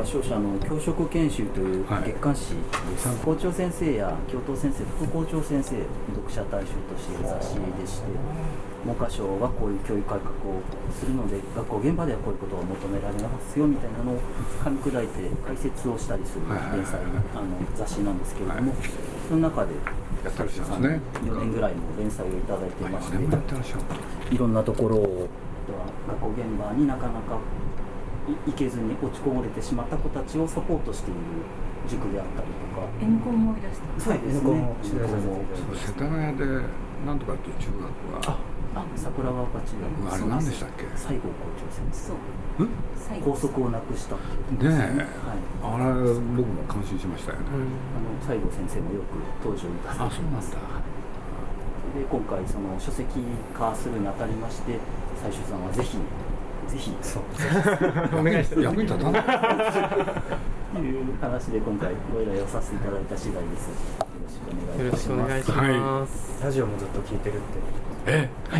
商社の教職研修という月刊誌です、校長先生や教頭先生、副校長先生読者対象としている雑誌でして、文科省がこういう教育改革をするので学校現場ではこういうことが求められますよみたいなのを噛み砕いて解説をしたりする連載雑誌なんですけれども、その中でやったりしますね。 4年ぐらいの連載をいただいていまして、いろんなところを学校現場になかなか行けずに落ちこぼれてしまった子たちをサポートしている塾であったりとか、 Nコンも思い出した。 そうですね。 世田谷でなんとかっていう中学は桜川中学、 あれ何でしたっけ？ 西郷校長先生。 そう。 校則をなくしたっていう。 ねえ、あれ僕も感心しましたよね。 西郷先生もよく登場いただいて。 そうなんだ。 で今回その書籍化するにあたりまして、最初さんはぜひそうお願いして役に立たないという話で今回ご依頼をさせていただいた次第です。よろしくお願いします。 よろしくお願いします。ラジオもずっと聞いてるって。 はい。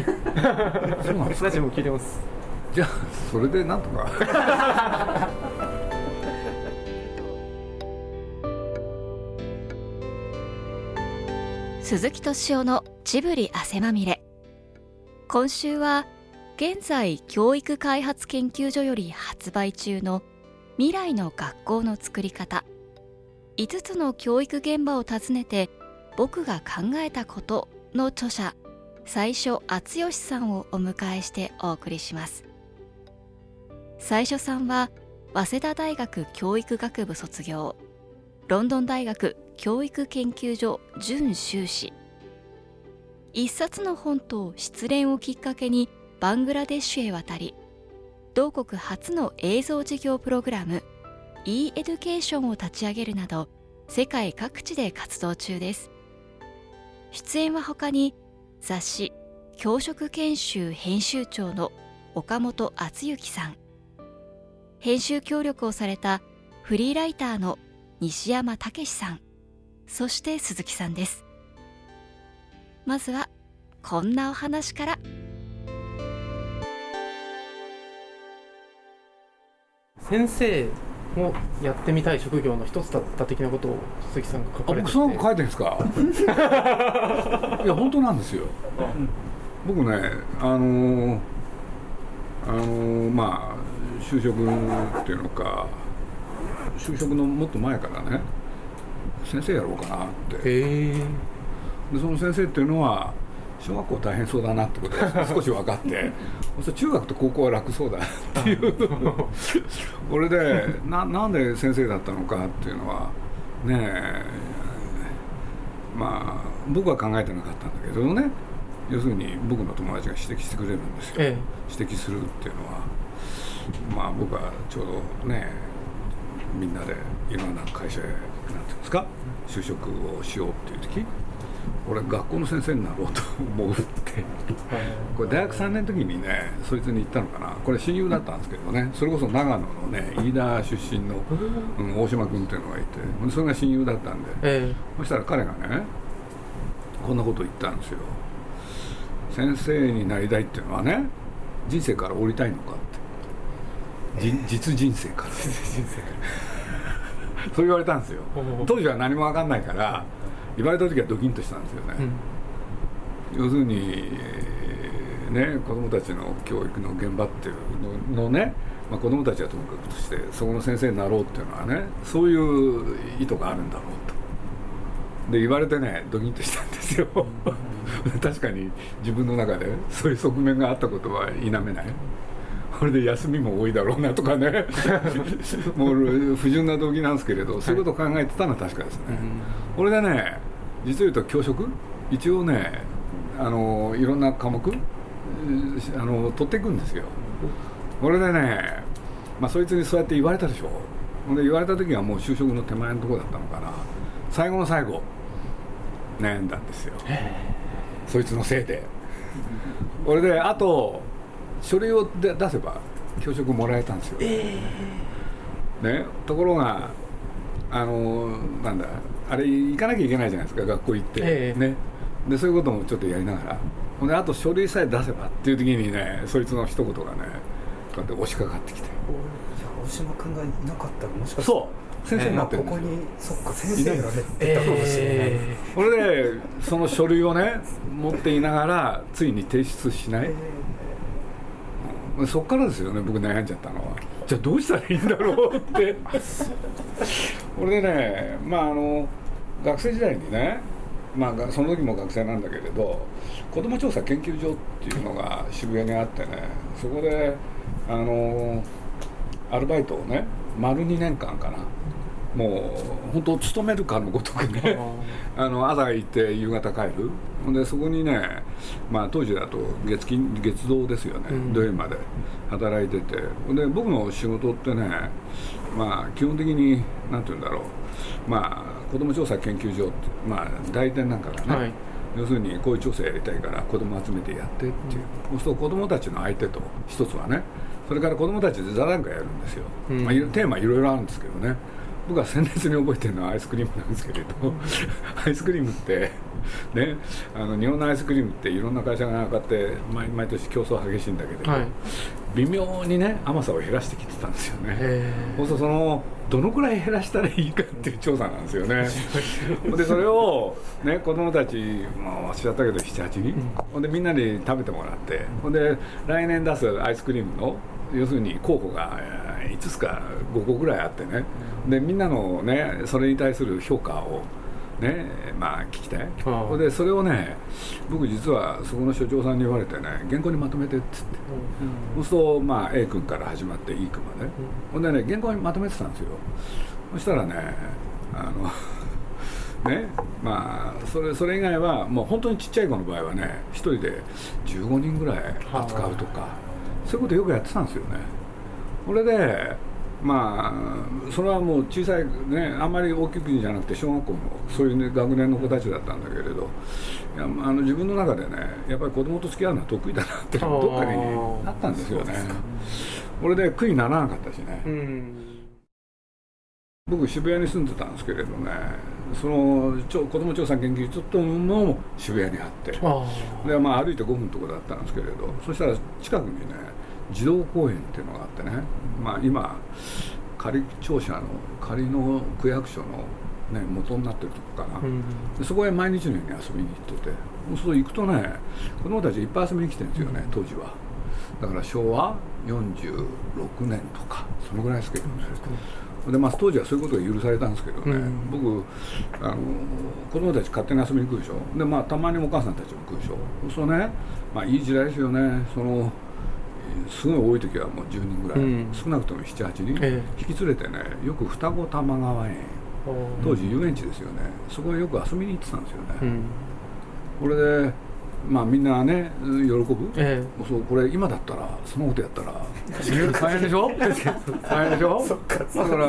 そうなんですか。 ラジオも聞いてます。 じゃあそれでなんとか鈴木敏夫のジブリ汗まみれ。今週は現在教育開発研究所より発売中の未来の学校の作り方、5つの教育現場を訪ねて僕が考えたことの著者、最初敦義さんをお迎えしてお送りします。最初さんは早稲田大学教育学部卒業、ロンドン大学教育研究所準修士。一冊の本と失恋をきっかけにバングラデシュへ渡り、同国初の映像事業プログラム e エデュケーションを立ち上げるなど世界各地で活動中です。出演は他に雑誌教職研修編集長の岡本敦之さん、編集協力をされたフリーライターの西山武さん、そして鈴木さんです。まずはこんなお話から。 先生もやってみたい職業の一つだった的なことを鈴木さんが書かれてて、 僕その書いてるんですかいや本当なんですよ。僕ねまあ就職っていうのか、就職のもっと前からね先生やろうかなって。でその先生っていうのは小学校大変そうだなってことが少し分かって中学と高校は楽そうだっていう俺でなんで先生だったのかっていうのはねえ、まあ僕は考えてなかったんだけどね、要するに僕の友達が指摘してくれるんですよ、指摘するっていうのは、まあ僕はちょうどねみんなでいろんな会社へなんていうんですか就職をしようっていう時、俺学校の先生になろうと思うってこれ大学3年の時にねそいつに言ったのかな。これ親友だったんですけどね、それこそ長野のね飯田出身の、大島君っていうのがいて、それが親友だったんで、そしたら彼がねこんなこと言ったんですよ。先生になりたいっていうのはね人生から降りたいのかって、実人生からそう言われたんですよ。当時は何も分かんないから言われた時はドキンとしたんですよね、要するに、ね、子どもたちの教育の現場っていうのね、まあ、子どもたちはともかくとしてそこの先生になろうっていうのはねそういう意図があるんだろうとで言われてねドキンとしたんですよ確かに自分の中でそういう側面があったことは否めない。これで休みも多いだろうなとかねもう不純な動機なんですけれど、そういうことを考えてたのは確かですね、これでね実を言うと教職一応ねいろんな科目取っていくんですよ。これでね、まあ、そいつにそうやって言われたでしょ。で言われた時はもう就職の手前のところだったのかな。最後の最後悩んだんですよ、そいつのせいで。これであと書類を出せば教職もらえたんですよ、ね、ところがなんだあれ行かなきゃいけないじゃないですか学校行って、ね、でそういうこともちょっとやりながら、ほんであと書類さえ出せばっていう時にねそいつの一言がねこうやって押しかかってきて、 大島君がいなかったらもしかしてそう先生になってるんですよ。 ここにそっか先生がね出たかもしれない。 これでその書類をね持っていながらついに提出しない、そっからですよね僕悩んじゃったのは。じゃあどうしたらいいんだろうってこれでね、学生時代にね、その時も学生なんだけれど子ども調査研究所っていうのが渋谷にあってね、そこでアルバイトをね丸2年間かな、もう本当勤めるかのごとくね朝行って夕方帰るで、そこにね、当時だと月堂ですよね、土曜日まで働いてて、で僕の仕事ってね、基本的に何て言うんだろう、子ども調査研究所って、代理店なんかがね、はい、要するにこういう調査やりたいから子ども集めてやってっていう、そうすると子どもたちの相手と一つはね、それから子どもたちで座談会やるんですよ、テーマいろいろあるんですけどね、僕は鮮烈に覚えてるのはアイスクリームなんですけれどアイスクリームってね、日本のアイスクリームっていろんな会社が買って毎年競争激しいんだけれど、はい、微妙にね甘さを減らしてきてたんですよね。そうするとそのどのくらい減らしたらいいかっていう調査なんですよねでそれを、ね、子供たち忘れちゃったけど 7,8 人、でみんなに食べてもらって、で来年出すアイスクリームの要するに候補が5つか5個ぐらいあってね、でみんなのねそれに対する評価をね、聞きたい。でそれをね僕実はそこの所長さんに言われてね、原稿にまとめてっつって、そうするとA 君から始まって E 君まで、ほんでね原稿にまとめてたんですよ。そしたらねそれ以外はもう本当にちっちゃい子の場合はね一人で15人ぐらい扱うとか、そういうことよくやってたんですよね。これでそれはもう小さいね、あんまり大きくじゃなくて小学校のそういう、ね、学年の子たちだったんだけれど、自分の中でねやっぱり子供と付き合うのは得意だなってどっかにあったんですよね。これで苦にならなかったしね、僕渋谷に住んでたんですけれどね、その子ども調査研究所とも渋谷にあって、で歩いて5分のところだったんですけれど、そしたら近くにね児童公園っていうのがあってね、今仮庁舎の仮の区役所の、ね、元になってるとこかな、でそこへ毎日のように遊びに行ってて、そうすると行くとね子供たちいっぱい遊びに来てるんですよね、当時は。だから昭和46年とかそのぐらいですけどね。で当時はそういうことが許されたんですけどね、僕子供たち勝手に遊びに来るでしょ、でたまにお母さんたちも来るでしょ。そうするとねいい時代ですよね。すごい多い時はもう10人ぐらい、少なくとも 7,8 人、引き連れてね、よく双子玉川園、当時遊園地ですよね、そこへよく遊びに行ってたんですよね。これでみんなね喜ぶ、そうこれ今だったらそのことやったら大変でしょ大変でしょだから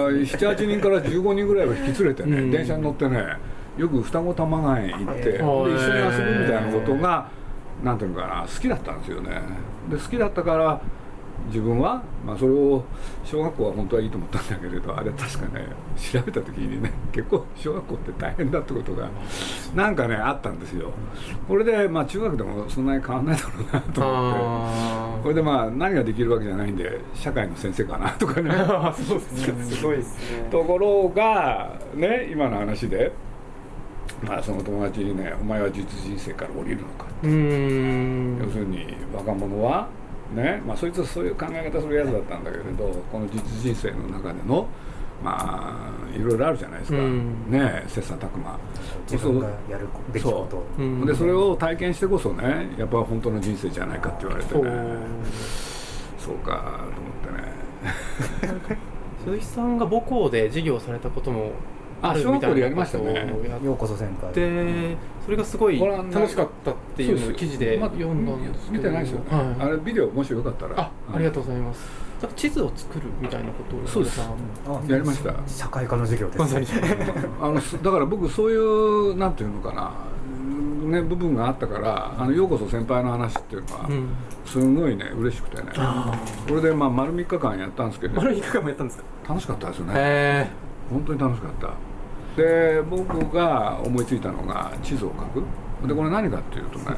7,8 人から15人ぐらいは引き連れてね、電車に乗ってねよく双子玉川園行って、で一緒に遊ぶみたいなことがなんていうのかな、好きだったんですよね。で好きだったから自分は、それを小学校は本当はいいと思ったんだけれど、あれ確かね調べた時にね結構小学校って大変だってことがなんかねあったんですよ。これで中学でもそんなに変わんないだろうなと思って、これで何ができるわけじゃないんで社会の先生かなとかねそうですね、すごいですね。 ところがね今の話でその友達にねお前は実人生から降りるのかって、要するに若者はね、そいつはそういう考え方するやつだったんだけれど、この実人生の中でのいろいろあるじゃないですか、ね、切磋琢磨、 自分がやるべきことでそれを体験してこそねやっぱ本当の人生じゃないかって言われてね、そうかと思ってね鈴木さんが母校で授業をされたこともあるみたいなことをようこそ先輩で、それがすごい楽しかったっていうのを記事で読んだんですけど、 見てないですよね、あれビデオもしよかったらありがとうございます。地図を作るみたいなことをそうですやりました。 社会科の授業ですねだから僕そういうなんていうのかな、部分があったからようこそ先輩の話っていうのはすごいね嬉しくてね、これで丸3日間やったんですけど、 丸3日間もやったんですか。 楽しかったですよね、本当に楽しかった。で僕が思いついたのが地図を描く。でこれ何かっていうとね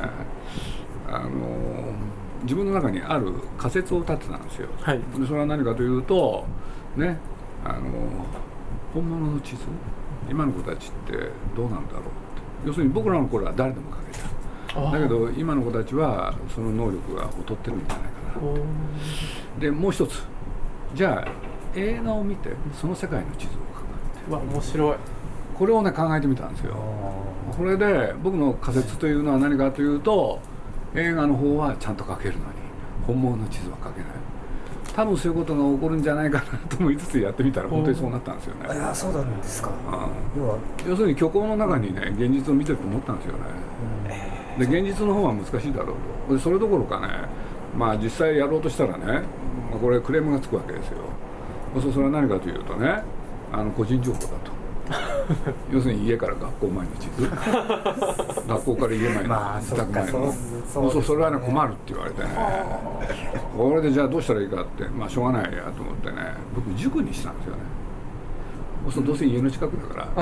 自分の中にある仮説を立てたんですよ、でそれは何かというとね、本物の地図、今の子たちってどうなんだろうって、要するに僕らの頃は誰でも描けた、だけど今の子たちはその能力が劣ってるんじゃないかなって。でもう一つ、じゃあ映画を見てその世界の地図を描くって。 わ、面白い。 これをね考えてみたんですよ。これで僕の仮説というのは何かというと、映画の方はちゃんと描けるのに本物の地図は描けない。多分そういうことが起こるんじゃないかなと思いつつやってみたら本当にそうなったんですよね。 いや、そうなんですか。 要するに虚構の中にね現実を見てると思ったんですよね。で現実の方は難しいだろうと。でそれどころかね、まあ実際やろうとしたらね、これクレームがつくわけですよ。それは何かというとね、個人情報だと要するに家から学校前の地図学校から家前の自宅前の、それはね困るって言われてね、これでじゃあどうしたらいいかって、まあしょうがないやと思ってね、僕塾にしたんですよね。どうせ家の近くだから、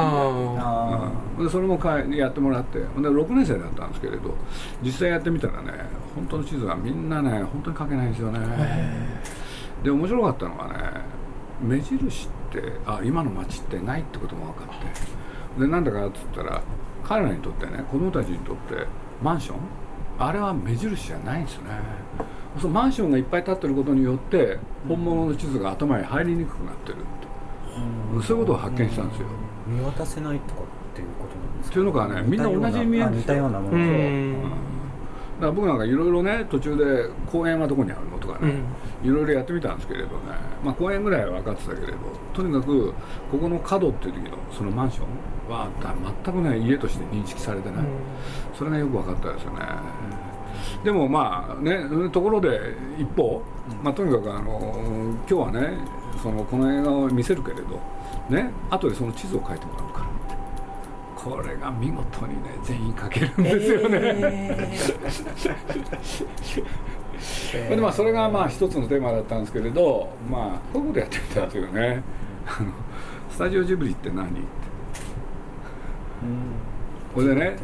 でそれもやってもらって、で6年生だったんですけれど、実際やってみたらね、本当の地図はみんなね本当に書けないんですよね。で面白かったのはね、目印って今の街ってないってことも分かって、でなんだかって言ったら、彼らにとってね、子供たちにとってマンション、あれは目印じゃないんですよね。そのマンションがいっぱい建ってることによって本物の地図が頭に入りにくくなってると、そういうことを発見したんですよ。 見渡せないとかっていうことなんですか。 というのがね、みんな同じに見えるんですよ。 似たようなものだから僕なんかいろいろね、途中で公園はどこにあるのとかね、いろいろやってみたんですけれどね、まあ公園ぐらいは分かってたけれど、とにかくここの角っていう時のそのマンションは全くね家として認識されてない、それがよく分かったですよね。でもまあね、ところで一方、まあとにかく今日はね、この映画を見せるけれどね、後でその地図を書いてもらうから。これが見事にね全員書けるんですよね。でまあそれがまあ一つのテーマだったんですけれど、まあこういうことやってみたんですよね。スタジオジブリって何って、これでね、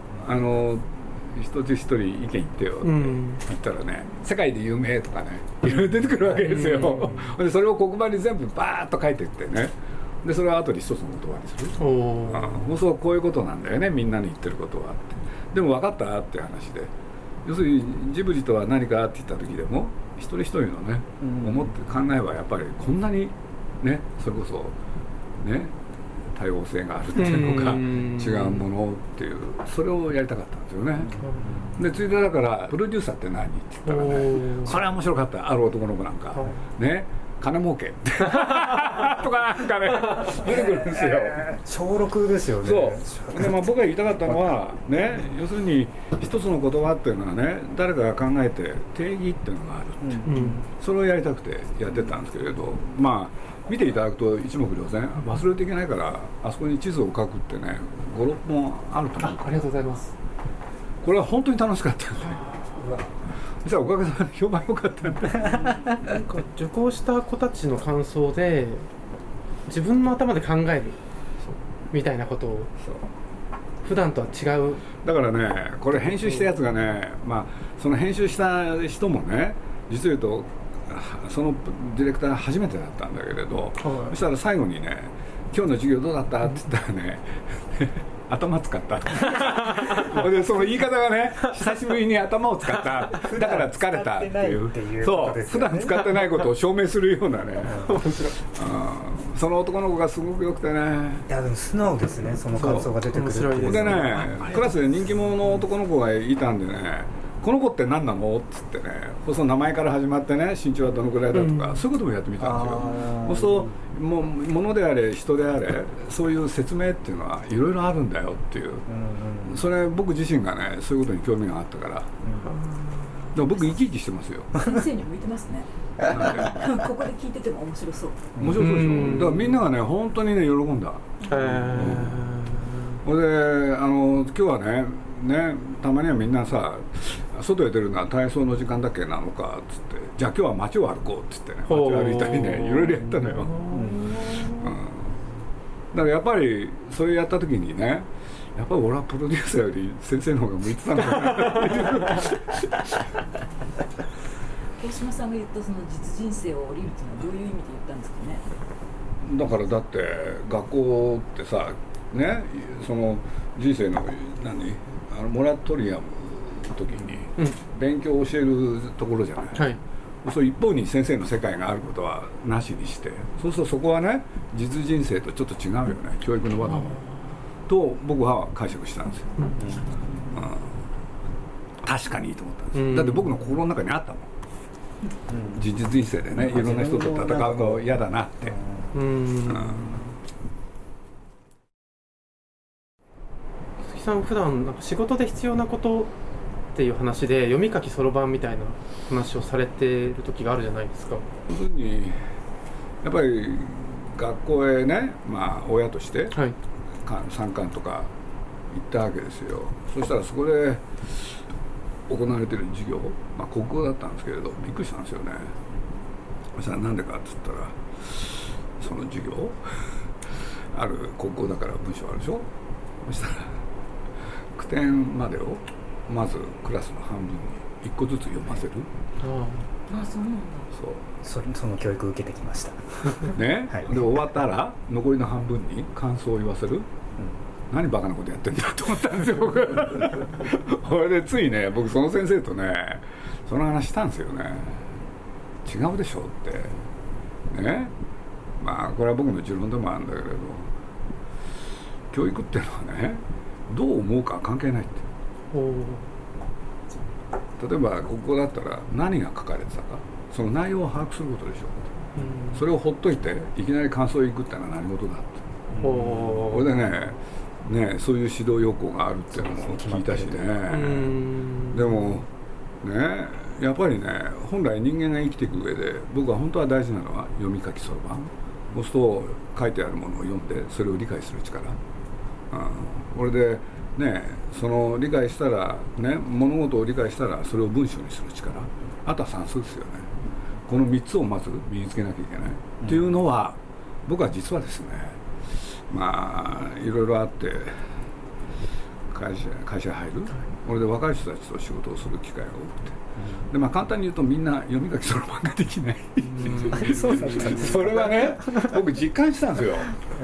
一つ一人意見言ってよって言ったらね、世界で有名とかねいろいろ出てくるわけですよ。でそれを黒板に全部バーッと書いていってね、でそれを後で一つの言葉にする。そうこういうことなんだよね、みんなに言ってることはって。でも分かったっていう話で、要するにジブリとは何かって言った時でも一人一人のね、思って考えはやっぱりこんなにね、それこそね多様性があるっていうのか、違うものっていう、それをやりたかったんですよね。でついでだからプロデューサーって何って言ったらね、これは面白かった。ある男の子なんかね、金儲けとかなんかね出てくるんですよ。 小6ですよね。 そうで、まあ、僕が言いたかったのはね、要するに一つの言葉っていうのはね、誰かが考えて定義っていうのがあるって、それをやりたくてやってたんですけれど、まあ見ていただくと一目瞭然、忘れていけないから、あそこに地図を書くってね 5,6 本あると思う。 ありがとうございます。 これは本当に楽しかったんで、そしたらおかげさまで評判良かったんでなんか受講した子たちの感想で、自分の頭で考えるみたいなことを普段とは違う。 だからね、これ編集したやつがね、まあその編集した人もね、実を言うとそのディレクター初めてだったんだけれど、そしたら最後にね、今日の授業どうだったって言ったらね頭使ったでその言い方がね、久しぶりに頭を使っただから疲れたっていう、そう普段使ってないことを証明するようなねその男の子がすごく良くてね。 いやでも素直ですね、その感想が出てくるっていう。 でね、クラスで人気者の男の子がいたんでね、この子って何なのって言ってね、その名前から始まってね、身長はどのくらいだとか、そういうこともやってみたんですよ。そうするともう物であれ人であれ、そういう説明っていうのはいろいろあるんだよっていう、それ僕自身がねそういうことに興味があったから、でも僕生き生きしてますよ。 先生に向いてますね。ここで聞いてても面白そう。 面白そうでしょ。だからみんながね本当にね喜んだ。ほいで今日はねたまにはみんなさ、外へ出るのは体操の時間だけなのかっつって、じゃあ今日は街を歩こうっつってね、街を歩いたりね、いろいろやったのよ。だからやっぱりそれやった時にね、やっぱり俺はプロデューサーより先生の方が向いてたのかなっていう大島さんが言ったその実人生を降りるっていうのはどういう意味で言ったんですかね。 だからだって学校ってさね、その人生のモラトリアムの時に勉強を教えるところじゃない、はい、そう一方に先生の世界があることはなしにして、そうするとそこはね実人生とちょっと違うよね、教育の場だもんと僕は解釈したんですよ、確かにいいと思ったんですよ、だって僕の心の中にあったもん、実人生でねいろんな人と戦うの嫌だなって。 鈴木さん普段なんか仕事で必要なことっていう話で読み書きそろばんみたいな話をされている時があるじゃないですか。 要するにやっぱり学校へね、親として参観とか行ったわけですよ。そしたらそこで行われている授業、国語だったんですけれどびっくりしたんですよね。そしたらなんでかって言ったらその授業ある国語だから文章あるでしょ。そしたら句点までをまずクラスの半分に1個ずつ読ませる。 あ、そうなんだ。 その教育受けてきましたね、はい、で終わったら残りの半分に感想を言わせる、何バカなことやってんだと思ったんですよ僕それでついね僕その先生とねその話したんですよね。違うでしょってね、これは僕の持論でもあるんだけれど、教育っていうのはねどう思うか関係ないって。例えば国語だったら何が書かれてたかその内容を把握することでしょう、それをほっといていきなり感想をいくってのは何事だって。これでねそういう指導要項があるっていうのも聞いたしね。でもねやっぱりね本来人間が生きていく上で僕は本当は大事なのは読み書きそろばん。そうすると書いてあるものを読んでそれを理解する力、これでねその理解したらね物事を理解したらそれを文章にする力、あとは算数ですよね。この3つをまず身につけなきゃいけない、っていうのは僕は実はですねいろいろあって会社入る、これで若い人たちと仕事をする機会が多くて、で簡単に言うとみんな読み書きそろばんができないそうだったんですか。 それはね僕実感したんですよ。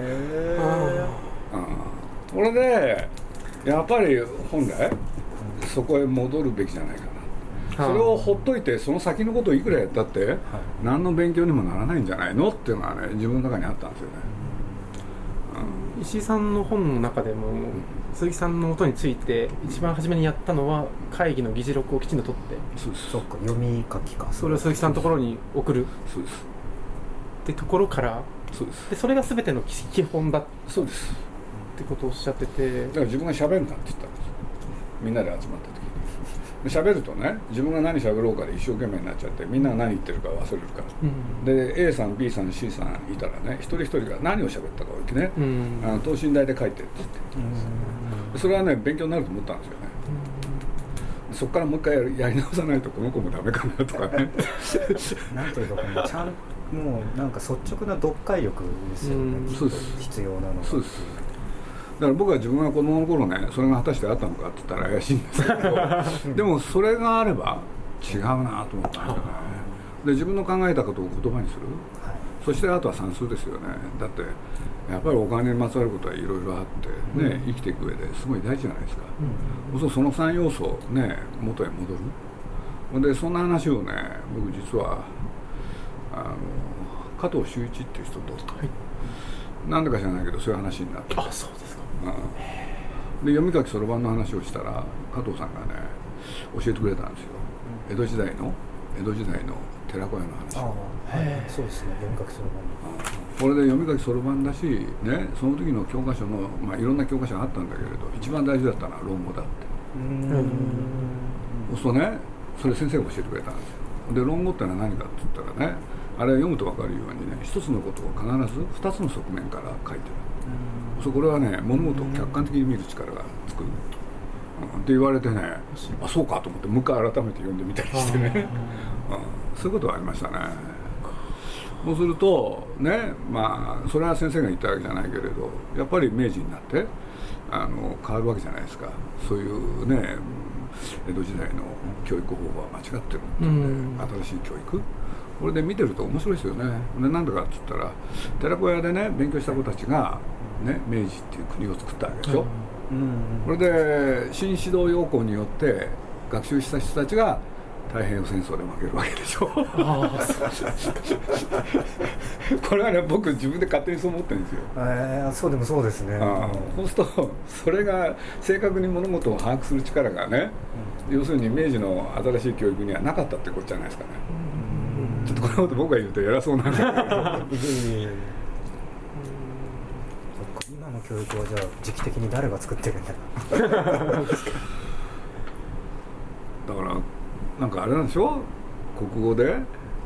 これでやっぱり本来そこへ戻るべきじゃないかな。それをほっといてその先のことをいくらやったって何の勉強にもならないんじゃないのっていうのはね自分の中にあったんですよね。 石井さんの本の中でも鈴木さんの元について一番初めにやったのは会議の議事録をきちんと取って、 そうか読み書きか、 それを鈴木さんのところに送る。 そうですってところからそうです。 でそれが全ての基本だそうですってことをおっしゃってて、 だから自分が喋るなって言ったんです。みんなで集まった時に喋るとね自分が何喋ろうかで一生懸命になっちゃってみんなが何言ってるか忘れるから、で A さん B さん C さんいたらね一人一人が何を喋ったかをね、等身大で書いてって言って、それはね勉強になると思ったんですよね。そこからもう一回やり直さないとこの子もダメかなとかねなんというかちゃんもうなんか率直な読解力ですよね。 そうです。 必要なのは。 そうです。だから僕は自分が子供の頃ねそれが果たしてあったのかって言ったら怪しいんですけどでもそれがあれば違うなと思ったんですよね。で自分の考えたことを言葉にする、そしてあとは算数ですよね。だってやっぱりお金にまつわることはいろいろあってね、生きていく上ですごい大事じゃないですか。その3要素ね元へ戻る。でそんな話をね僕実は加藤修一っていう人と、なんでか知らないけどそういう話になって、 あ、そうですか。 で読み書きそろばんの話をしたら加藤さんがね教えてくれたんですよ。江戸時代の寺子屋の話。 そうですね、読み書きそろばん。 これで読み書きそろばんだし、ね、その時の教科書の、いろんな教科書があったんだけれど一番大事だったのは論語だって。そうするとねそれ先生が教えてくれたんですよ。で論語ってのは何かって言ったらね、あれは読むと分かるようにね一つのことを必ず2つの側面から書いてる。これはね物事を客観的に見る力がつく、って言われてね、あそうかと思ってもう一回改めて読んでみたりしてねそういうことがありましたね。そうするとねそれは先生が言ったわけじゃないけれどやっぱり明治になって変わるわけじゃないですか。そういうね江戸時代の教育方法は間違ってるって言って、新しい教育これで見てると面白いですよね。でなんでかって言ったら寺子屋でね勉強した子たちが、ね、明治っていう国を作ったわけでしょ、これで新指導要項によって学習した人たちが太平洋戦争で負けるわけでしょこれはね僕自分で勝手にそう思ってるんですよ。 そうでもそうですね。 そうするとそれが正確に物事を把握する力がね、要するに明治の新しい教育にはなかったってことじゃないですかね。ちょっとこのこと僕が言うと偉そうなんだけど今の教育はじゃあ時期的に誰が作ってるんだろうだからなんかあれなんでしょ、国語で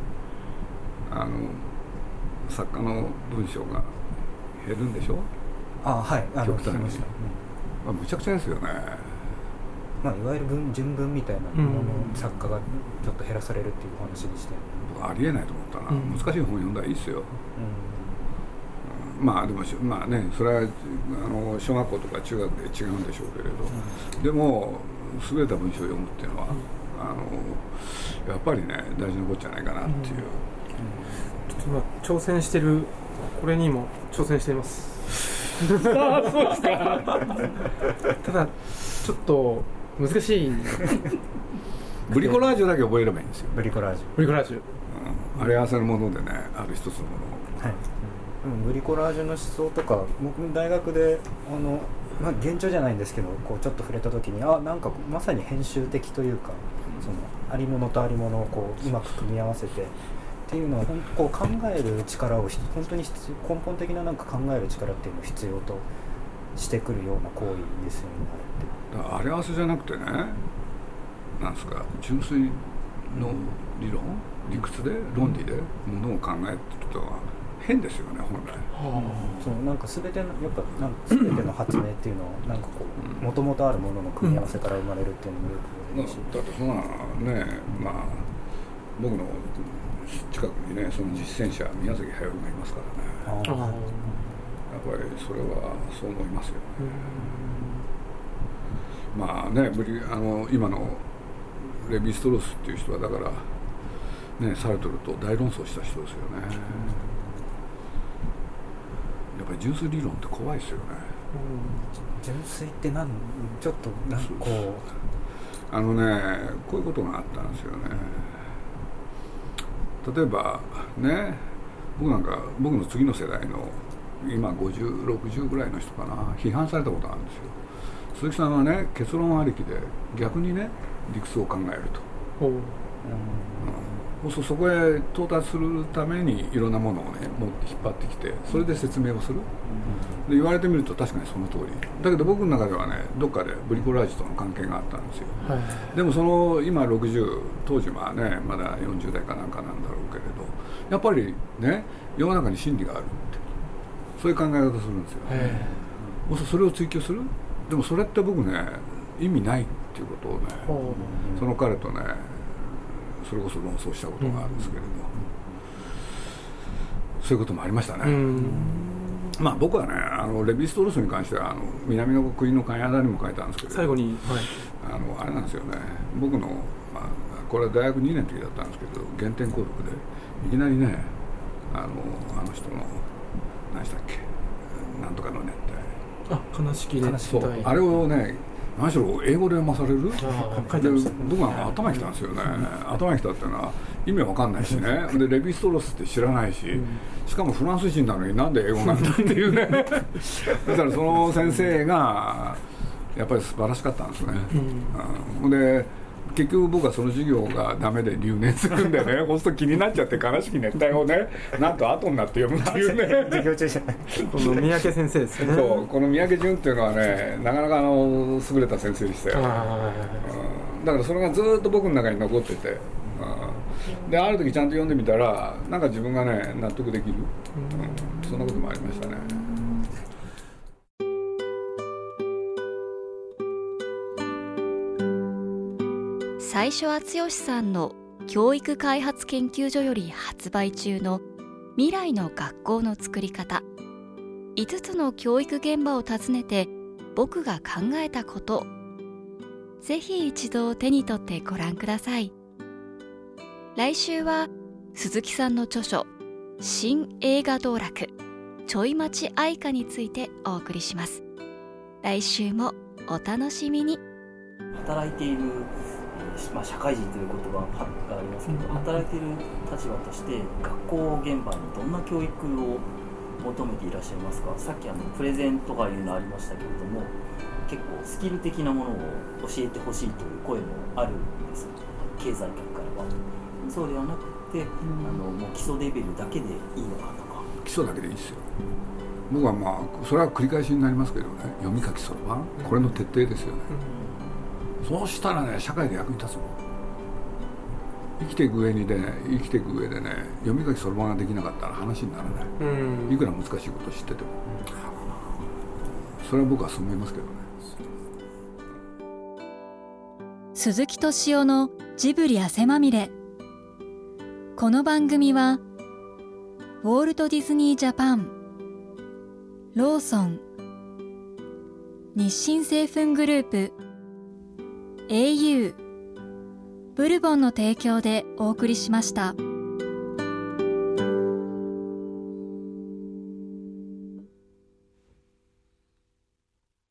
作家の文章が減るんでしょ。 はい極端に、むちゃくちゃですよね。 いわゆる純文みたいなものの作家がちょっと減らされるっていう話にして、 ありえないと思ったな、難しい本読んだらいいですよ、でもそれは小学校とか中学で違うんでしょうけれど、でも優れた文章を読むっていうのは、やっぱりね大事なことじゃないかなっていう、 ちょっと今挑戦してるこれにも挑戦していますそうですかただちょっと難しいブリコラージュだけ覚えればいいんですよ。 ブリコラージュ、 あれ合わせるものでね、ある一つのものを、 ブリコラージュの思想とか僕大学で現状じゃないんですけどこうちょっと触れた時になんかまさに編集的というか、そのありものとありものをこううまく組み合わせてっていうのをこう考える力を本当に根本的ななんか考える力っていうのを必要としてくるような行為ですよね。 あれ合わせじゃなくてね、なんですか、純粋の理論、理屈で論理でものを考えるってのは変ですよね本来。 そうなんか全ての全ての発明っていうのはなんかこう元々あるものの組み合わせから生まれるっていうのもよく言われるし、 だってそんなね、僕の近くにねその実践者宮崎駿がいますからね。やっぱりそれはそう思いますよね。今のレヴィ・ストロースっていう人はだからねサルトルと大論争した人ですよね。やっぱり純粋理論って怖いですよね。 純粋ってちょっとこうこういうことがあったんですよね。例えばね、僕の次の世代の今50、60ぐらいの人かな、批判されたことがあるんですよ。鈴木さんはね結論ありきで逆にね理屈を考えると、そこへ到達するためにいろんなものをね引っ張ってきてそれで説明をする、で言われてみると確かにその通りだけど、僕の中ではねどっかでブリコラージュとの関係があったんですよ、でも今60、当時はねまだ40代かなんかなんだろうけれど、やっぱりね世の中に真理があるってそういう考え方するんですよ。それを追求する。でもそれって僕ね意味ないっていうことをね、その彼とねそれこそ論争したことがあるんですけれど、そういうこともありましたね。僕はねレヴィ・ストロースに関しては南の国の金谷にも書いたんですけど、最後に、あれなんですよね、僕の、これは大学2年の時だったんですけど原点購読でいきなりねあの人の何でしたっけ、なんとかの熱帯、 悲しき熱帯、 あれをね何しろ英語で読まされる。で僕は頭にきたんですよね。頭にきたっていうのは意味わかんないしね。でレヴィ・ストロースって知らないし、しかもフランス人なのになんで英語なんだっていうねだからその先生がやっぱり素晴らしかったんですね。で結局僕はその授業がダメで留年するんでねそうすると気になっちゃって悲しき熱帯をねなんと後になって読むっていうね授業中じゃないこの三宅先生ですね。 そう、この三宅淳っていうのはねなかなか優れた先生でしたよ。だからそれがずっと僕の中に残ってて、である時ちゃんと読んでみたらなんか自分がね納得できる、そんなこともありましたね。 最初は剛さんの教育開発研究所より発売中の未来の学校の作り方、5つの教育現場を訪ねて僕が考えたこと、ぜひ一度手に取ってご覧ください。来週は鈴木さんの著書新映画道楽ちょい待ち愛花についてお送りします。来週もお楽しみに。 働いている、社会人という言葉がありますけど、働いている立場として学校現場にどんな教育を求めていらっしゃいますか？さっきプレゼンとかいうのありましたけれども、結構スキル的なものを教えてほしいという声もあるんです。経済界からはそうではなくて、もう基礎レベルだけでいいのかとか。 基礎だけでいいですよ。僕はそれは繰り返しになりますけどね、読み書きそろばん、これの徹底ですよね。そうしたらね、社会で役に立つもん。生きていく上でね、読み書きそろばんができなかったら話にならない。いくら難しいこと知ってても。それは僕はそう思いますけどね。 鈴木敏夫のジブリ汗まみれ。この番組はウォルト・ディズニー・ジャパン、ローソン、日清製粉グループ、au、ブルボンの提供でお送りしました。